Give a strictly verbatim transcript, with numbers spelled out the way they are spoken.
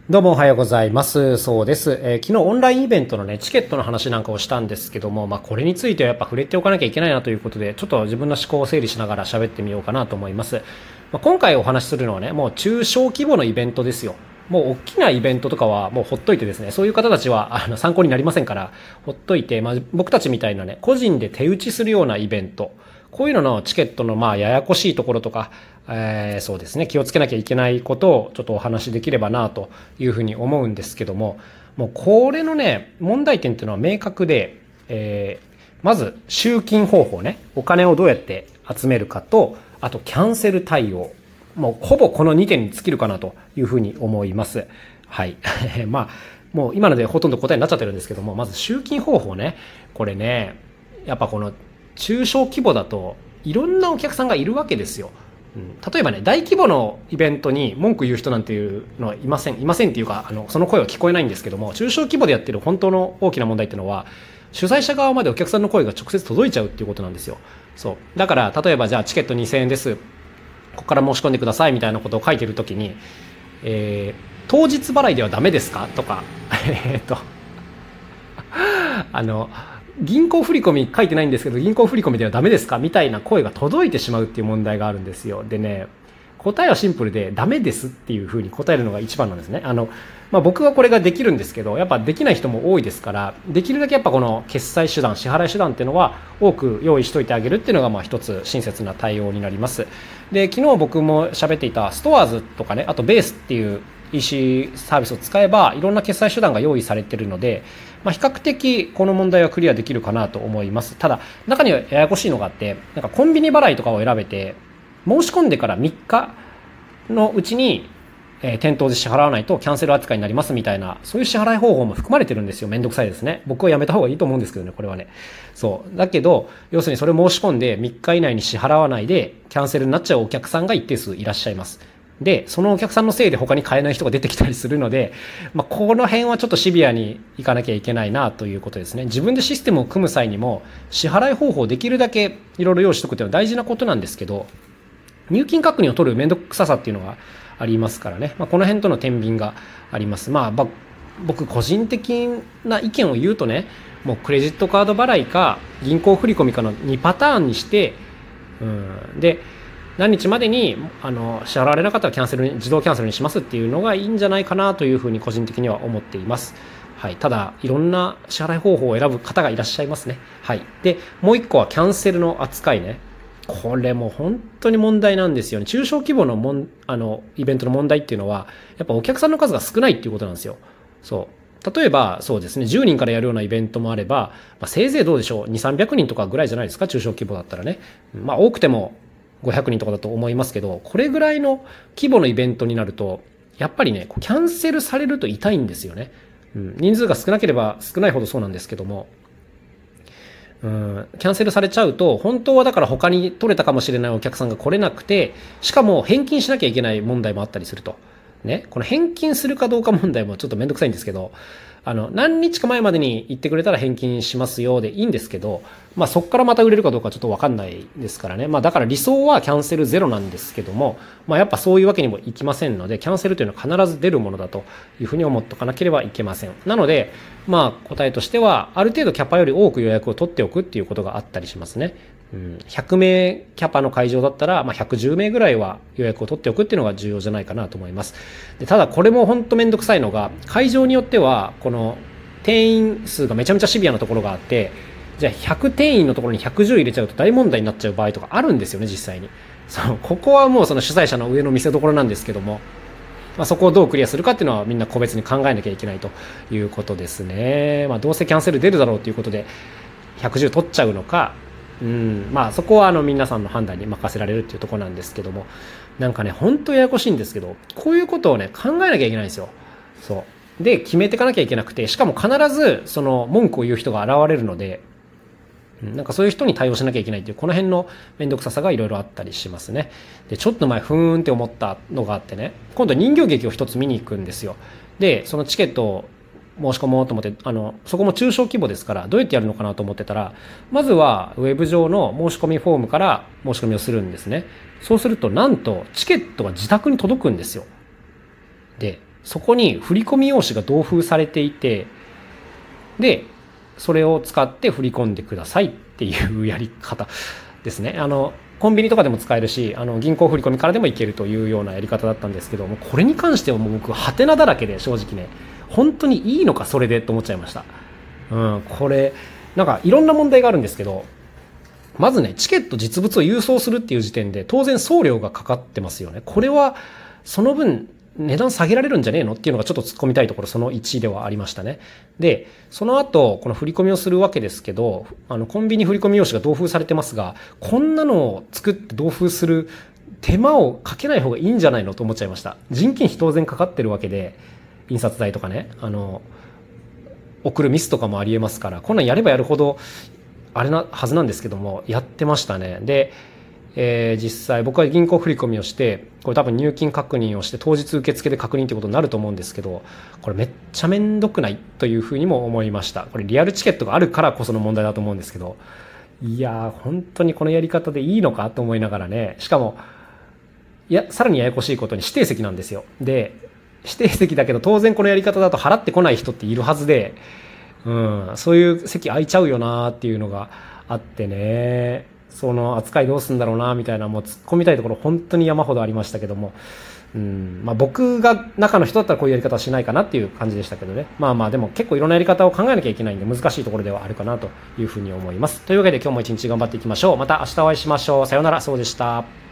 どうもおはようございます。そうです。えー昨日オンラインイベントのね、チケットの話なんかをしたんですけども、まあこれについてはやっぱ触れておかなきゃいけないなということで、ちょっと自分の思考を整理しながら喋ってみようかなと思います。まあ、今回お話しするのはね、もう中小規模のイベントですよ。もう大きなイベントとかはもうほっといてですね、そういう方たちはあの参考になりませんから、ほっといて、まあ僕たちみたいなね、個人で手打ちするようなイベント、こういうののチケットのまあややこしいところとか、えー、そうですね、気をつけなきゃいけないことをちょっとお話しできればなというふうに思うんですけども、もうこれのね、問題点っていうのは明確で、えー、まず集金方法ね、お金をどうやって集めるかと、あとキャンセル対応。もうほぼこのにてんに尽きるかなというふうに思います。はい。まあ、もう今のでほとんど答えになっちゃってるんですけども、まず集金方法ね。これね、やっぱこの中小規模だといろんなお客さんがいるわけですよ。うん、例えばね、大規模のイベントに文句言う人なんていうのはいません。いませんっていうか、あの、その声は聞こえないんですけども、中小規模でやってる本当の大きな問題っていうのは、主催者側までお客さんの声が直接届いちゃうっていうことなんですよ。そう。だから、例えばじゃあチケットにせんえんです。ここから申し込んでくださいみたいなことを書いてるときに、えー、当日払いではダメですかとか、えっと、あの、銀行振込書いてないんですけど、銀行振込ではダメですかみたいな声が届いてしまうっていう問題があるんですよ。でね、答えはシンプルで、ダメですっていう風に答えるのが一番なんですね。あの、まあ、僕はこれができるんですけど、やっぱできない人も多いですから、できるだけやっぱこの決済手段、支払い手段っていうのは多く用意しといてあげるっていうのがまあ一つ親切な対応になります。で、昨日僕も喋っていたストアーズとかね、あとベースっていう イーシー サービスを使えばいろんな決済手段が用意されているので、まあ、比較的この問題はクリアできるかなと思います。ただ、中にはややこしいのがあって、なんかコンビニ払いとかを選べて、申し込んでからみっかのうちに、えー、店頭で支払わないとキャンセル扱いになりますみたいな、そういう支払い方法も含まれてるんですよ。めんどくさいですね。僕はやめた方がいいと思うんですけどね、これはね。そう。だけど、要するにそれ申し込んでみっか以内に支払わないで、キャンセルになっちゃうお客さんが一定数いらっしゃいます。で、そのお客さんのせいで他に買えない人が出てきたりするので、まあ、この辺はちょっとシビアにいかなきゃいけないなということですね。自分でシステムを組む際にも、支払い方法をできるだけいろいろ用意しておくというのは大事なことなんですけど、入金確認を取るめんどくささっていうのがありますからね。まあ、この辺との天秤があります。まあ、まあ、僕個人的な意見を言うとね、もうクレジットカード払いか銀行振込かのにパターンにして、うん、で、何日までにあの支払われなかったらキャンセルに自動キャンセルにしますっていうのがいいんじゃないかなというふうに個人的には思っています。はい、ただいろんな支払い方法を選ぶ方がいらっしゃいますね。はい、でもう一個はキャンセルの扱いね。これも本当に問題なんですよね。中小規模のもんあのイベントの問題っていうのはやっぱお客さんの数が少ないっていうことなんですよ。そう例えばそうですね、じゅうにんからやるようなイベントもあれば、まあ、せいぜいどうでしょう、にせんさんびゃくにんとかぐらいじゃないですか、中小規模だったらね。まあ多くてもごひゃくにんとかだと思いますけど、これぐらいの規模のイベントになると、やっぱりね、キャンセルされると痛いんですよね。うん、人数が少なければ少ないほどそうなんですけども、うん、キャンセルされちゃうと、本当はだから他に取れたかもしれないお客さんが来れなくて、しかも返金しなきゃいけない問題もあったりすると。ね、この返金するかどうか問題もちょっとめんどくさいんですけど、あの、何日か前までに言ってくれたら返金しますよでいいんですけど、まあそこからまた売れるかどうかちょっとわかんないですからね。まあだから理想はキャンセルゼロなんですけども、まあやっぱそういうわけにもいきませんので、キャンセルというのは必ず出るものだというふうに思っておかなければいけません。なので、まあ答えとしては、ある程度キャパより多く予約を取っておくっていうことがあったりしますね。うん、ひゃくめいキャパの会場だったら、まあ、ひゃくじゅうめいぐらいは予約を取っておくっていうのが重要じゃないかなと思います。でただこれも本当めんどくさいのが、会場によってはこの定員数がめちゃめちゃシビアなところがあって、じゃあひゃく定員のところにひゃくじゅう入れちゃうと大問題になっちゃう場合とかあるんですよね、実際に。そのここはもうその主催者の上の見せ所なんですけども、まあ、そこをどうクリアするかっていうのはみんな個別に考えなきゃいけないということですね。まあ、どうせキャンセル出るだろうということでひゃくじゅう取っちゃうのか、うん、まあそこはあの皆さんの判断に任せられるっていうところなんですけども、なんかね、ほんとややこしいんですけど、こういうことをね、考えなきゃいけないんですよ。そう。で、決めていかなきゃいけなくて、しかも必ずその文句を言う人が現れるので、なんかそういう人に対応しなきゃいけないっていう、この辺のめんどくささがいろいろあったりしますね。で、ちょっと前、ふーんって思ったのがあってね、今度人形劇を一つ見に行くんですよ。で、そのチケットを申し込もうと思って、あの、そこも中小規模ですから、どうやってやるのかなと思ってたら、まずはウェブ上の申し込みフォームから申し込みをするんですね。そうすると、なんとチケットが自宅に届くんですよ。で、 そこに振込用紙が同封されていて、で、それを使って振り込んでくださいっていうやり方ですね。あの、コンビニとかでも使えるし、あの、銀行振込からでもいけるというようなやり方だったんですけども、これに関してはもう僕、ハテナだらけで正直ね、本当にいいのかそれでと思っちゃいました。うん、これ、なんかいろんな問題があるんですけど、まずね、チケット実物を郵送するっていう時点で当然送料がかかってますよね。これは、その分、値段下げられるんじゃねえのっていうのがちょっと突っ込みたいところそのいちではありましたね。で、その後、この振り込みをするわけですけど、あの、コンビニ振り込み用紙が同封されてますが、こんなのを作って同封する手間をかけない方がいいんじゃないのと思っちゃいました。人件費当然かかってるわけで、印刷代とかね、あの、送るミスとかもありえますから、こんなんやればやるほど、あれなはずなんですけども、やってましたね。で、えー、実際僕は銀行振り込みをして、これ多分入金確認をして当日受付で確認ってことになると思うんですけど、これめっちゃめんどくないというふうにも思いました。これリアルチケットがあるからこその問題だと思うんですけど、いやー本当にこのやり方でいいのかと思いながらね、しかも、いや、さらにややこしいことに指定席なんですよ。で、指定席だけど当然このやり方だと払ってこない人っているはずで、うん、そういう席空いちゃうよなーっていうのがあってね、その扱いどうすんだろうなみたいな、もう突っ込みたいところ本当に山ほどありましたけども、うん、まあ僕が中の人だったらこういうやり方はしないかなっていう感じでしたけどね。まあまあでも結構いろんなやり方を考えなきゃいけないんで難しいところではあるかなというふうに思います。というわけで今日も一日頑張っていきましょう。また明日お会いしましょう。さようなら。そうでした。